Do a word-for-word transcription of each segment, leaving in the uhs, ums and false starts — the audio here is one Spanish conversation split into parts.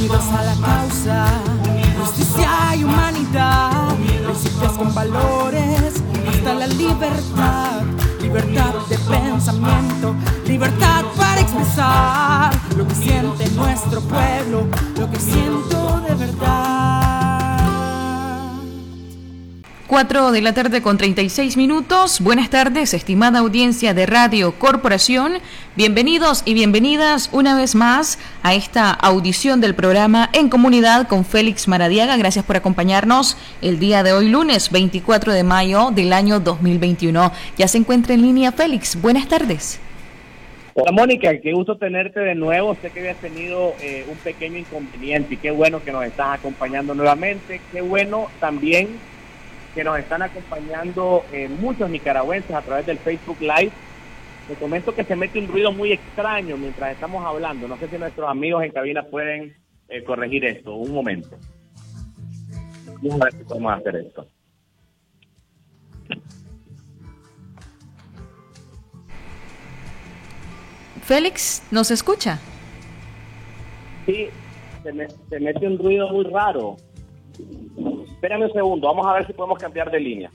unidos a la causa, justicia y humanidad, principios con valores, hasta la libertad, libertad de pensamiento, libertad para expresar lo que siente nuestro pueblo, lo que siento de verdad. cuatro de la tarde con treinta y seis minutos. Buenas tardes, estimada audiencia de Radio Corporación. Bienvenidos y bienvenidas una vez más a esta audición del programa En Comunidad con Félix Maradiaga. Gracias por acompañarnos el día de hoy, lunes veinticuatro de mayo del año dos mil veintiuno. Ya se encuentra en línea Félix. Buenas tardes. Hola Mónica, qué gusto tenerte de nuevo. Sé que habías tenido eh, un pequeño inconveniente y qué bueno que nos estás acompañando nuevamente. Qué bueno también que nos están acompañando eh, muchos nicaragüenses a través del Facebook Live. Les comento que se mete un ruido muy extraño mientras estamos hablando. No sé si nuestros amigos en cabina pueden eh, corregir esto. Un momento. Vamos a ver si podemos hacer esto. Félix, ¿nos escucha? Sí, se, me, se mete un ruido muy raro. Espérame un segundo, vamos a ver si podemos cambiar de línea.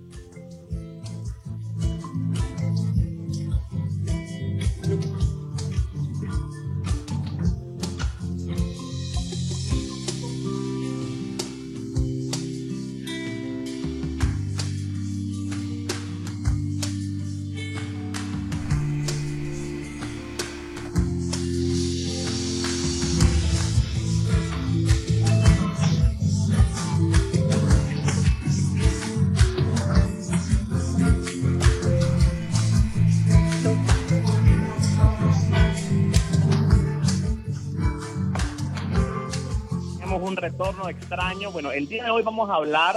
Un retorno extraño. Bueno, el día de hoy vamos a hablar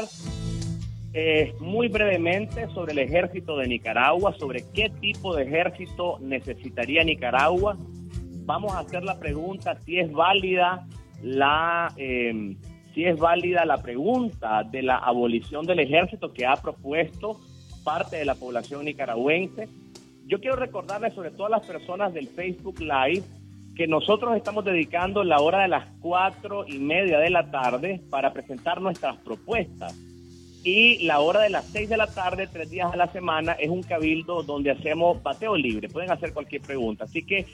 eh, muy brevemente sobre el ejército de Nicaragua, sobre qué tipo de ejército necesitaría Nicaragua. Vamos a hacer la pregunta si es válida la eh, si es válida la pregunta de la abolición del ejército que ha propuesto parte de la población nicaragüense. Yo quiero recordarles, sobre todo a las personas del Facebook Live, que nosotros estamos dedicando la hora de las cuatro y media de la tarde para presentar nuestras propuestas. Y la hora de las seis de la tarde, tres días a la semana, es un cabildo donde hacemos bateo libre. Pueden hacer cualquier pregunta. Así que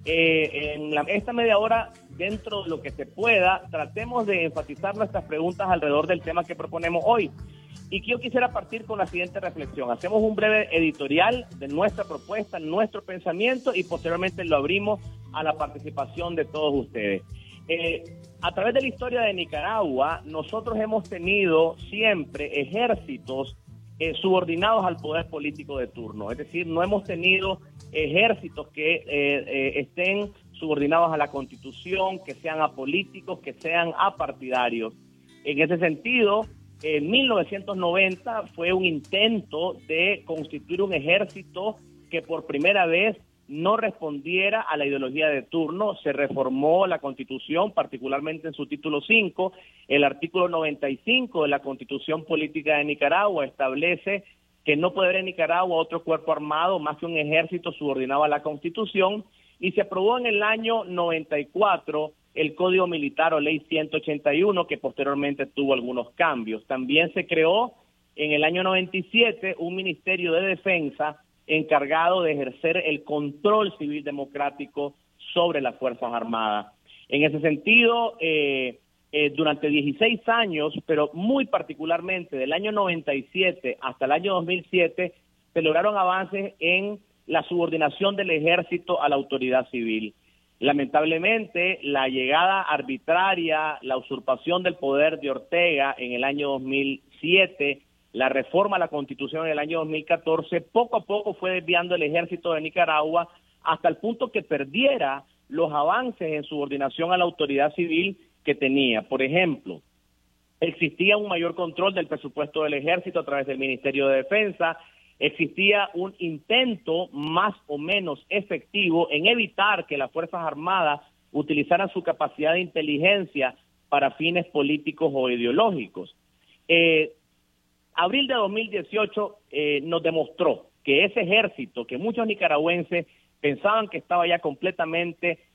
eh, en la, esta media hora, dentro de lo que se pueda, tratemos de enfatizar nuestras preguntas alrededor del tema que proponemos hoy. Y yo quisiera partir con la siguiente reflexión. Hacemos un breve editorial de nuestra propuesta, nuestro pensamiento, y posteriormente lo abrimos a la participación de todos ustedes. Eh, a través de la historia de Nicaragua, nosotros hemos tenido siempre ejércitos eh, subordinados al poder político de turno. Es decir, no hemos tenido ejércitos que eh, eh, estén subordinados a la Constitución, que sean apolíticos, que sean apartidarios. En ese sentido, en mil novecientos noventa fue un intento de constituir un ejército que por primera vez no respondiera a la ideología de turno. Se reformó la Constitución, particularmente en su título cinco. El artículo noventa y cinco de la Constitución Política de Nicaragua establece que no puede haber en Nicaragua otro cuerpo armado más que un ejército subordinado a la Constitución, y se aprobó en el año noventa y cuatro el Código Militar o Ley ciento ochenta y uno, que posteriormente tuvo algunos cambios. También se creó en el año noventa y siete un Ministerio de Defensa encargado de ejercer el control civil democrático sobre las Fuerzas Armadas. En ese sentido, eh, eh, durante dieciséis años, pero muy particularmente del año noventa y siete hasta el año dos mil siete, se lograron avances en la subordinación del ejército a la autoridad civil. Lamentablemente, la llegada arbitraria, la usurpación del poder de Ortega en el año dos mil siete, la reforma a la Constitución en el año dos mil catorce, poco a poco fue desviando el ejército de Nicaragua hasta el punto que perdiera los avances en subordinación a la autoridad civil que tenía. Por ejemplo, existía un mayor control del presupuesto del ejército a través del Ministerio de Defensa, existía un intento más o menos efectivo en evitar que las Fuerzas Armadas utilizaran su capacidad de inteligencia para fines políticos o ideológicos. Eh, abril de dos mil dieciocho eh, nos demostró que ese ejército, que muchos nicaragüenses pensaban que estaba ya completamente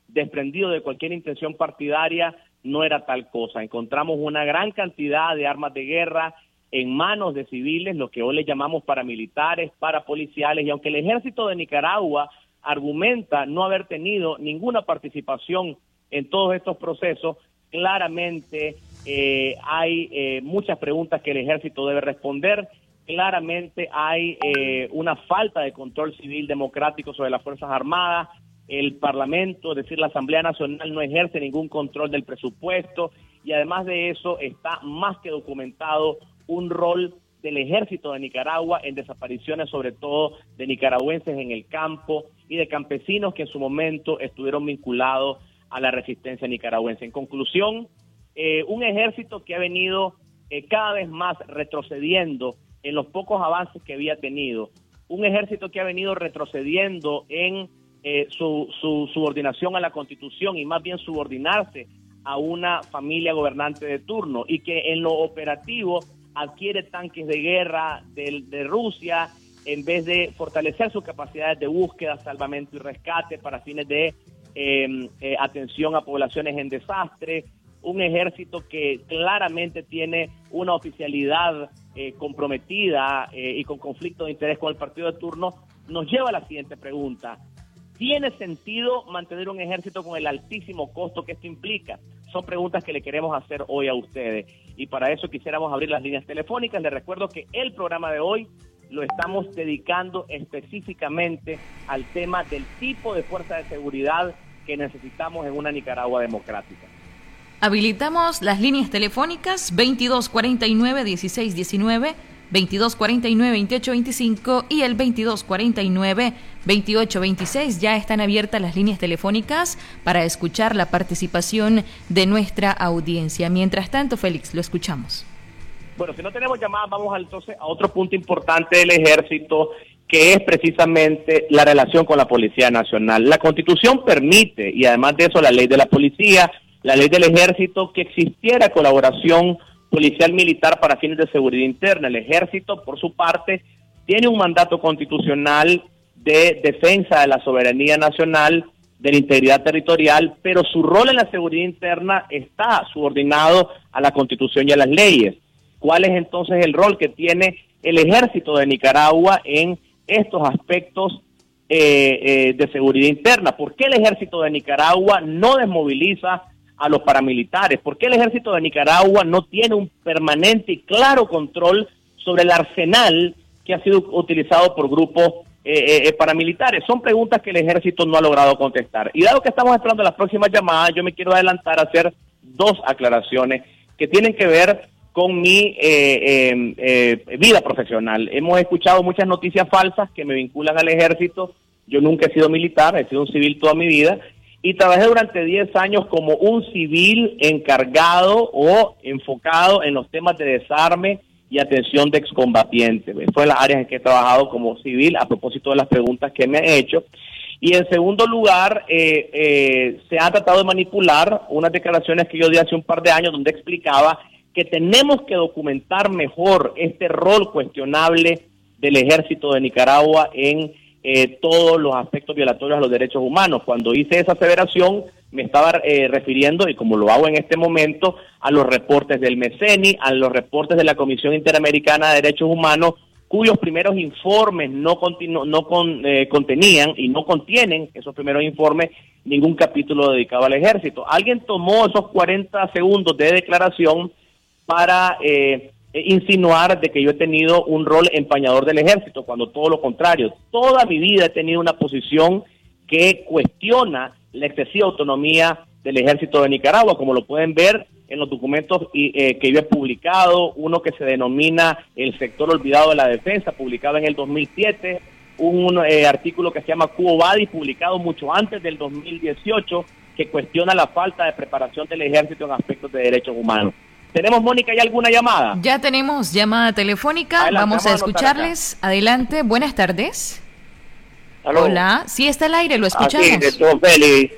desprendido de cualquier intención partidaria, no era tal cosa. Encontramos una gran cantidad de armas de guerra en manos de civiles, lo que hoy le llamamos paramilitares, parapoliciales, y aunque el ejército de Nicaragua argumenta no haber tenido ninguna participación en todos estos procesos, claramente eh, hay eh, muchas preguntas que el ejército debe responder. Claramente hay eh, una falta de control civil democrático sobre las Fuerzas Armadas. El Parlamento, es decir, la Asamblea Nacional, no ejerce ningún control del presupuesto, y además de eso está más que documentado un rol del ejército de Nicaragua en desapariciones, sobre todo de nicaragüenses en el campo y de campesinos que en su momento estuvieron vinculados a la resistencia nicaragüense. En conclusión, eh, un ejército que ha venido eh, cada vez más retrocediendo en los pocos avances que había tenido, un ejército que ha venido retrocediendo en eh, su, su subordinación a la Constitución y más bien subordinarse a una familia gobernante de turno, y que en lo operativo adquiere tanques de guerra de, de Rusia en vez de fortalecer sus capacidades de búsqueda, salvamento y rescate para fines de eh, eh, atención a poblaciones en desastre. Un ejército que claramente tiene una oficialidad eh, comprometida eh, y con conflicto de interés con el partido de turno, nos lleva a la siguiente pregunta. ¿Tiene sentido mantener un ejército con el altísimo costo que esto implica? Son preguntas que le queremos hacer hoy a ustedes, y para eso quisiéramos abrir las líneas telefónicas. Les recuerdo que el programa de hoy lo estamos dedicando específicamente al tema del tipo de fuerza de seguridad que necesitamos en una Nicaragua democrática. Habilitamos las líneas telefónicas veintidós cuarenta y nueve, dieciséis diecinueve, veintidós cuarenta y nueve, veintiocho veinticinco y el veintidós cuarenta y nueve, veintiocho veintiséis. Ya están abiertas las líneas telefónicas para escuchar la participación de nuestra audiencia. Mientras tanto, Félix, lo escuchamos. Bueno, si no tenemos llamadas, vamos entonces a otro punto importante del ejército, que es precisamente la relación con la Policía Nacional. La Constitución permite, y además de eso la ley de la policía, la ley del ejército, que existiera colaboración policial militar para fines de seguridad interna. El ejército, por su parte, tiene un mandato constitucional de defensa de la soberanía nacional, de la integridad territorial, pero su rol en la seguridad interna está subordinado a la Constitución y a las leyes. ¿Cuál es entonces el rol que tiene el ejército de Nicaragua en estos aspectos eh, eh, de seguridad interna? ¿Por qué el ejército de Nicaragua no desmoviliza a los paramilitares? ¿Por qué el ejército de Nicaragua no tiene un permanente y claro control sobre el arsenal que ha sido utilizado por grupos eh, eh, paramilitares? Son preguntas que el ejército no ha logrado contestar. Y dado que estamos esperando las próximas llamadas, yo me quiero adelantar a hacer dos aclaraciones que tienen que ver con mi eh, eh, eh, vida profesional. Hemos escuchado muchas noticias falsas que me vinculan al ejército. Yo nunca he sido militar, he sido un civil toda mi vida, y trabajé durante diez años como un civil encargado o enfocado en los temas de desarme y atención de excombatientes. Fue las áreas en que he trabajado como civil, a propósito de las preguntas que me han hecho. Y en segundo lugar, eh, eh, se ha tratado de manipular unas declaraciones que yo di hace un par de años, donde explicaba que tenemos que documentar mejor este rol cuestionable del ejército de Nicaragua en eh, todos los aspectos violatorios a los derechos humanos. Cuando hice esa aseveración, me estaba eh, refiriendo, y como lo hago en este momento, a los reportes del MECENI, a los reportes de la Comisión Interamericana de Derechos Humanos, cuyos primeros informes no, continu- no con, eh, contenían y no contienen, esos primeros informes, ningún capítulo dedicado al ejército. Alguien tomó esos cuarenta segundos de declaración para eh, insinuar de que yo he tenido un rol empañador del ejército, cuando todo lo contrario. Toda mi vida he tenido una posición que cuestiona la excesiva autonomía del ejército de Nicaragua, como lo pueden ver en los documentos eh, que yo he publicado, uno que se denomina El sector olvidado de la defensa, publicado en el dos mil siete, un eh, artículo que se llama Quo Vadis, publicado mucho antes del dos mil dieciocho, que cuestiona la falta de preparación del ejército en aspectos de derechos humanos. ¿Tenemos, Mónica, ya alguna llamada? Ya tenemos llamada telefónica. Adelante, vamos a escucharles. Adelante, buenas tardes. ¿Aló? Hola, sí está al aire, lo escuchamos. Aquí, doctor Félix,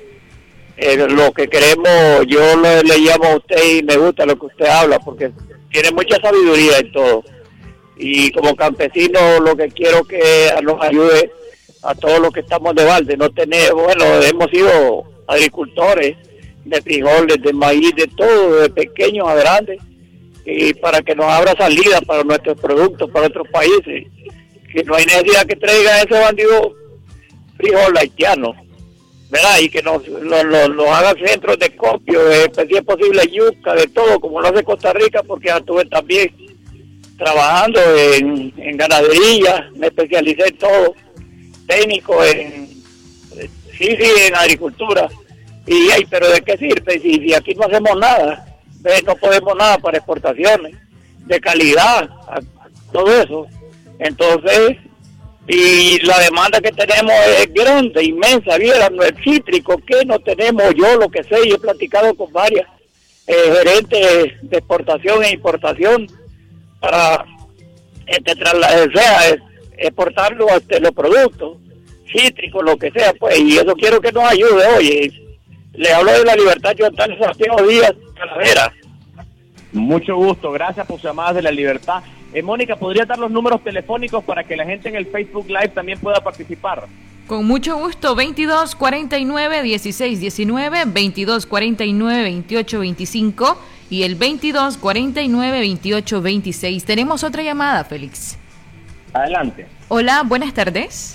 eh, lo que queremos, yo le, le llamo a usted y me gusta lo que usted habla, porque tiene mucha sabiduría en todo. Y como campesino, lo que quiero que nos ayude a todos los que estamos de balde. No tenemos, bueno, hemos sido agricultores de frijoles, de maíz, de todo, de pequeños a grandes, y para que nos abra salida para nuestros productos, para otros países, que no hay necesidad que traiga ese bandido frijol haitiano, ¿verdad? Y que nos, nos, nos, nos haga centros de copio, de, si es posible yuca, de todo, como lo hace Costa Rica, porque ya estuve también trabajando en, en ganadería, me especialicé en todo, técnico en, sí, sí, en agricultura, y ay, pero ¿de qué sirve si, si aquí no hacemos nada? ¿Ves? No podemos nada para exportaciones, de calidad, todo eso. Entonces, y la demanda que tenemos es grande, inmensa, vieran, el cítrico que no tenemos, yo lo que sé, y he platicado con varias eh, gerentes de exportación e importación para este, trasladar, o sea, exportarlo hasta los productos cítricos, lo que sea, pues, y eso quiero que nos ayude. Oye, le hablo de La Libertad, yo Antonio Santiago Díaz, Calavera. Mucho gusto, gracias por sus llamadas de La Libertad. Eh, Mónica, ¿podría dar los números telefónicos para que la gente en el Facebook Live también pueda participar? Con mucho gusto, veintidós cuarenta y nueve dieciséis diecinueve, veintidós cuarenta y nueve veintiocho veinticinco y el veintidós cuarenta y nueve veintiocho veintiséis. Tenemos otra llamada, Félix. Adelante. Hola, buenas tardes.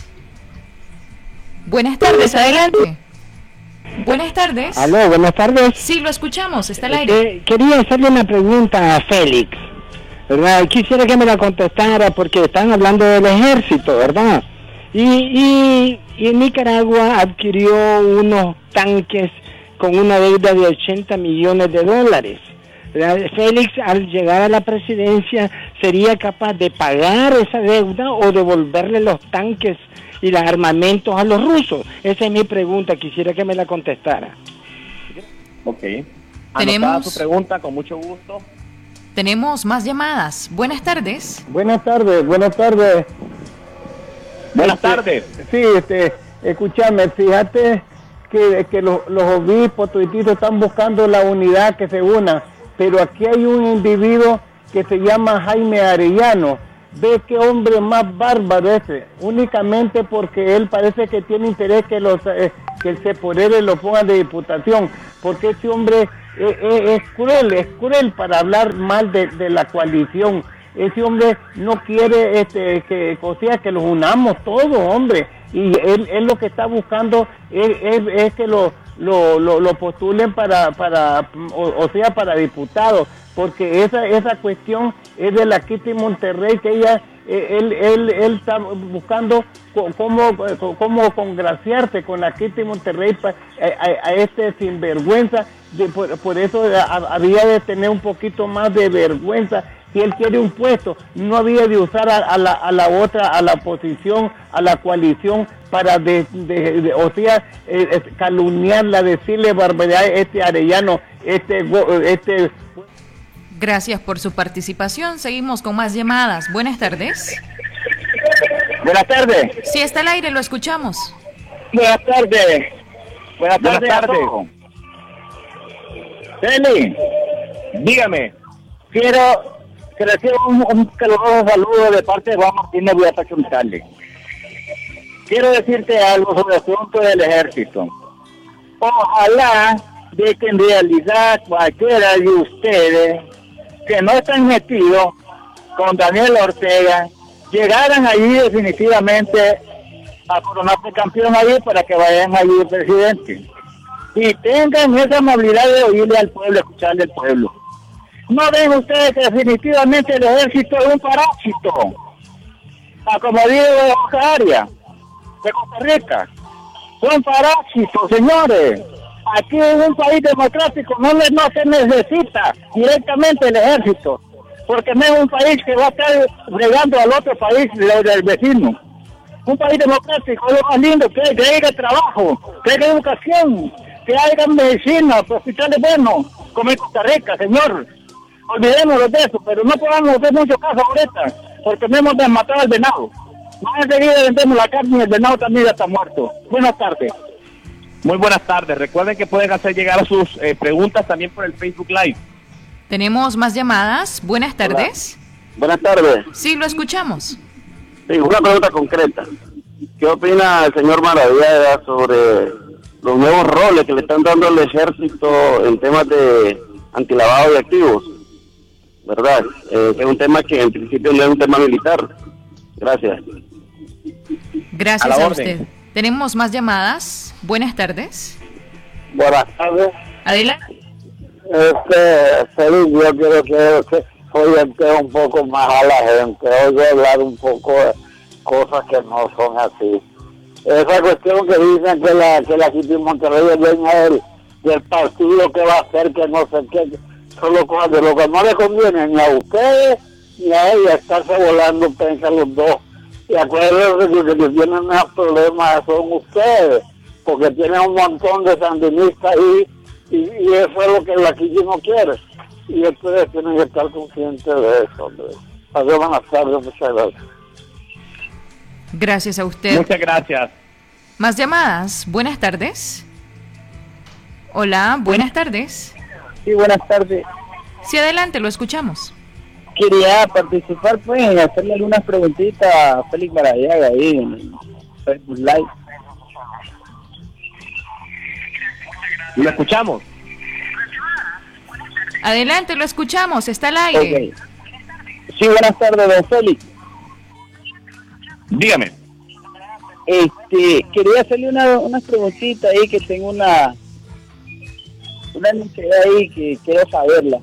Buenas tardes, adelante. Buenas tardes. Aló, buenas tardes. Sí, lo escuchamos, está al aire. Eh, quería hacerle una pregunta a Félix, ¿verdad? Quisiera que me la contestara porque están hablando del ejército, ¿verdad? Y, y, y en Nicaragua adquirió unos tanques con una deuda de ochenta millones de dólares. ¿verdad? Félix, al llegar a la presidencia, ¿sería capaz de pagar esa deuda o devolverle los tanques y los armamentos a los rusos? Esa es mi pregunta, quisiera que me la contestara. Ok. Tenemos Anotada su pregunta, con mucho gusto. Tenemos más llamadas. Buenas tardes. Buenas tardes, buenas tardes. Buenas este, tardes. Sí, este, escúchame, fíjate que, que los, los obispos tuititos están buscando la unidad, que se unan, pero aquí hay un individuo que se llama Jaime Arellano. Ve qué hombre más bárbaro ese, únicamente porque él parece que tiene interés que los eh, que el Ceporere lo pongan de diputación, porque ese hombre eh, eh, es cruel, es cruel para hablar mal de, de la coalición. Ese hombre no quiere este, que, o sea, que los unamos todos, hombre, y él, él lo que está buscando es, es, es que lo, lo, lo, lo postulen para, para o, o sea, para diputados, porque esa esa cuestión es de la Kitty Monterrey, que ella, él, él, él está buscando cómo, cómo congraciarse con la Kitty Monterrey pa, a, a este sinvergüenza, de, por, por eso había de tener un poquito más de vergüenza. Si él quiere un puesto, no había de usar a, a, la, a la otra, a la oposición, a la coalición, para de, de, de, o sea, eh, calumniarla, decirle barbaridad a este Arellano, este, este. Gracias por su participación. Seguimos con más llamadas. Buenas tardes. Buenas tardes. Sí, está al aire, lo escuchamos. Buenas tardes. Buenas tardes. Buenas tardes. Feli, dígame. Quiero que reciba un, un caluroso saludo de parte de Juan Martínez Viata Chuntale. Quiero decirte algo sobre el asunto del ejército. Ojalá de que en realidad cualquiera de ustedes que no están metidos con Daniel Ortega llegaran allí definitivamente a coronarse campeón allí para que vayan allí el presidente y tengan esa amabilidad de oírle al pueblo, escucharle al pueblo. No ven ustedes que definitivamente el ejército es un parásito, a como digo de Ocaria, de Costa Rica, son parásitos, señores. Aquí en un país democrático no, le, no se necesita directamente el ejército, porque no es un país que va a estar bregando al otro país, lo del vecino. Un país democrático es lo más lindo, que, que haya trabajo, que haya educación, que haya medicina, hospitales buenos, como en Costa Rica, señor. Olvidémonos de eso, pero no podamos hacer mucho caso ahorita, porque no hemos matado al venado. Más enseguida vendemos la carne y el venado también ya está muerto. Buenas tardes. Muy buenas tardes. Recuerden que pueden hacer llegar sus eh, preguntas también por el Facebook Live. Tenemos más llamadas. Buenas tardes. Hola. Buenas tardes. Sí, lo escuchamos. Sí, una pregunta concreta. ¿Qué opina el señor Maravilla sobre los nuevos roles que le están dando al ejército en temas de antilavado de activos, ¿verdad? Eh, es un tema que en principio no es un tema militar. Gracias. Gracias a, a usted. Tenemos más llamadas. Buenas tardes. Buenas tardes. Adelante. Este, Félix, yo quiero que, que oriente un poco más a la gente. Oye, hablar un poco de cosas que no son así. Esa cuestión que dicen que la que la City Monterrey es dueña del, del partido que va a hacer, que no sé qué, solo cosas de lo que no le conviene ni a ustedes ni a ella estarse volando, pensan los dos. Y acuérdense que los que tienen más problemas son ustedes, porque tienen un montón de sandinistas ahí, y, y eso es lo que la City no quiere. Y ustedes tienen que estar conscientes de eso, hombre. Adiós, buenas tardes, muchas gracias. Gracias a usted. Muchas gracias. Más llamadas. Buenas tardes. Hola, buenas tardes. Sí, buenas tardes. Sí, adelante, lo escuchamos. Quería participar, pues, en hacerle algunas preguntitas a Félix Maradiaga ahí en Facebook Live. ¿Lo escuchamos? Adelante, lo escuchamos, está al aire. Okay. Sí, buenas tardes, don Félix. Dígame. Este, quería hacerle una, unas preguntitas ahí, que tengo una una necesidad ahí que quiero saberla.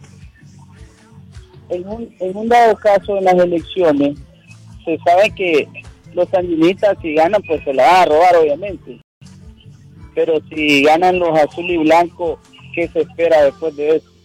En un, en un dado caso en las elecciones, se sabe que los sandinistas, si ganan, pues se la van a robar, obviamente. Pero si ganan los azul y blanco, ¿qué se espera después de eso?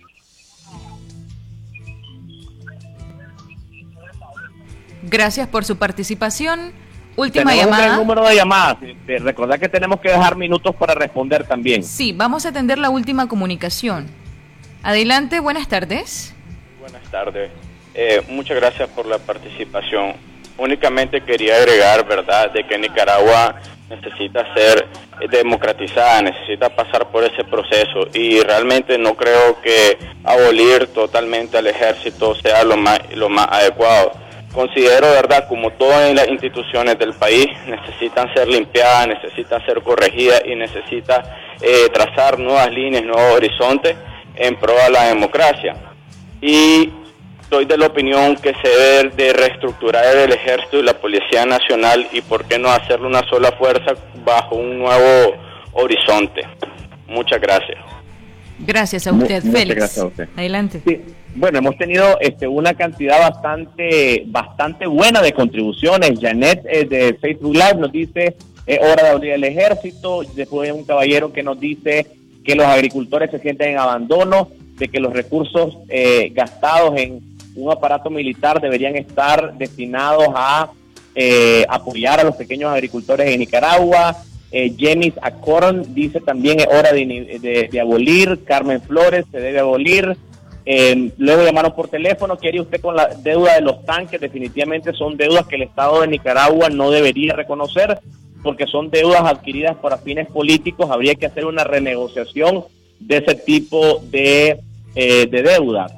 Gracias por su participación. Última tenemos llamada. Un gran número de llamadas. Recordad que tenemos que dejar minutos para responder también. Sí, vamos a atender la última comunicación. Adelante, buenas tardes. Buenas tardes. Eh, muchas gracias por la participación. Únicamente quería agregar, ¿verdad?, de que Nicaragua necesita ser democratizada, necesita pasar por ese proceso, y realmente no creo que abolir totalmente al ejército sea lo más, lo más adecuado. Considero, verdad, como todas las instituciones del país necesitan ser limpiadas, necesitan ser corregidas y necesitan eh, trazar nuevas líneas, nuevos horizontes en pro de la democracia. Y soy de la opinión que se debe de reestructurar el ejército y la Policía Nacional, y por qué no hacerlo una sola fuerza bajo un nuevo horizonte. Muchas gracias. Gracias a usted, Mu Félix. Muchas gracias a usted. Adelante. Sí. Bueno, hemos tenido este, una cantidad bastante bastante buena de contribuciones. Janet eh, de Facebook Live nos dice, es hora de abrir el ejército. Después hay un caballero que nos dice que los agricultores se sienten en abandono, de que los recursos eh, gastados en un aparato militar deberían estar destinados a eh, apoyar a los pequeños agricultores en Nicaragua. Eh, Jenis Acorn dice también es hora de, de, de abolir. Carmen Flores, se debe abolir. Eh, luego llamaron por teléfono, ¿qué haría usted con la deuda de los tanques? Definitivamente son deudas que el Estado de Nicaragua no debería reconocer, porque son deudas adquiridas para fines políticos. Habría que hacer una renegociación de ese tipo de, eh, de deuda.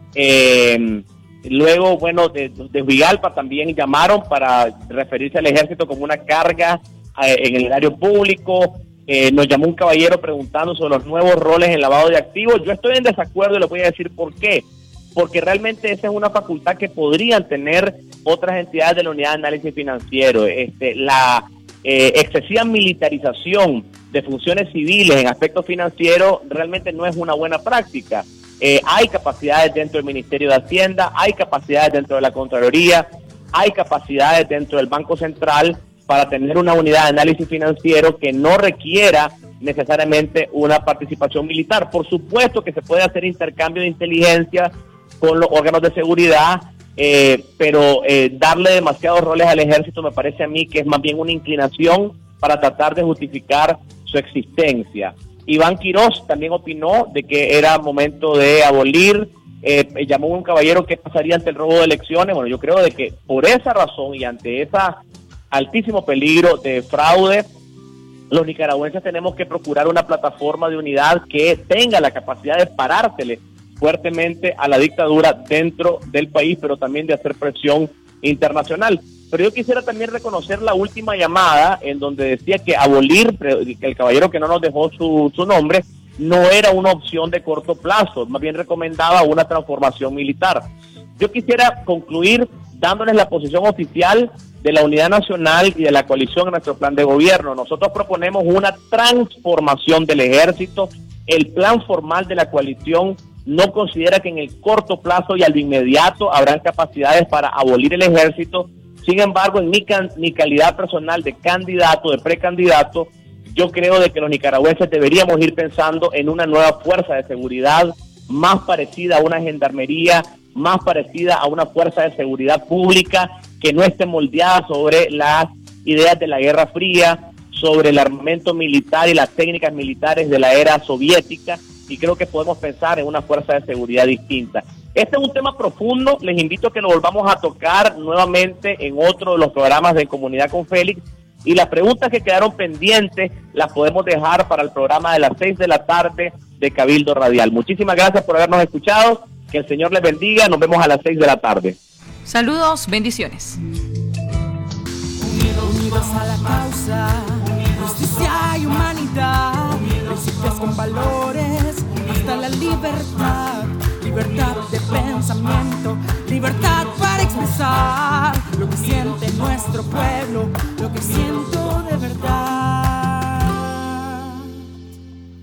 Eh, luego, bueno, de, de Huigalpa también llamaron para referirse al ejército como una carga eh, en el erario público. Eh, nos llamó un caballero preguntando sobre los nuevos roles en lavado de activos. Yo estoy en desacuerdo y les voy a decir por qué. Porque realmente esa es una facultad que podrían tener otras entidades de la Unidad de Análisis Financiero. Este, la eh, excesiva militarización de funciones civiles en aspectos financieros realmente no es una buena práctica. Eh, hay capacidades dentro del Ministerio de Hacienda, hay capacidades dentro de la Contraloría, hay capacidades dentro del Banco Central para tener una unidad de análisis financiero que no requiera necesariamente una participación militar. Por supuesto que se puede hacer intercambio de inteligencia con los órganos de seguridad, eh, pero eh, darle demasiados roles al ejército me parece a mí que es más bien una inclinación para tratar de justificar su existencia. Iván Quiroz también opinó de que era momento de abolir. Eh, llamó un caballero que pasaría ante el robo de elecciones. Bueno, yo creo de que por esa razón y ante esa altísimo peligro de fraude, los nicaragüenses tenemos que procurar una plataforma de unidad que tenga la capacidad de parársele fuertemente a la dictadura dentro del país, pero también de hacer presión internacional. Pero yo quisiera también reconocer la última llamada en donde decía que abolir, que el caballero que no nos dejó su, su nombre, no era una opción de corto plazo, más bien recomendaba una transformación militar. Yo quisiera concluir dándoles la posición oficial de la Unidad Nacional y de la coalición en nuestro plan de gobierno. Nosotros proponemos una transformación del ejército. El plan formal de la coalición no considera que en el corto plazo y al inmediato habrán capacidades para abolir el ejército. Sin embargo, en mi, can, mi calidad personal de candidato, de precandidato, yo creo de que los nicaragüenses deberíamos ir pensando en una nueva fuerza de seguridad más parecida a una gendarmería, más parecida a una fuerza de seguridad pública que no esté moldeada sobre las ideas de la Guerra Fría, sobre el armamento militar y las técnicas militares de la era soviética, y creo que podemos pensar en una fuerza de seguridad distinta. Este es un tema profundo, les invito a que lo volvamos a tocar nuevamente en otro de los programas de Comunidad con Félix, y las preguntas que quedaron pendientes las podemos dejar para el programa de las seis de la tarde de Cabildo Radial. Muchísimas gracias por habernos escuchado, que el Señor les bendiga, nos vemos a las seis de la tarde. Saludos, bendiciones. Unidos a la causa, justicia y humanidad, principios con valores, hasta la libertad, libertad de pensamiento, libertad para expresar lo que siente nuestro pueblo, lo que siento de verdad.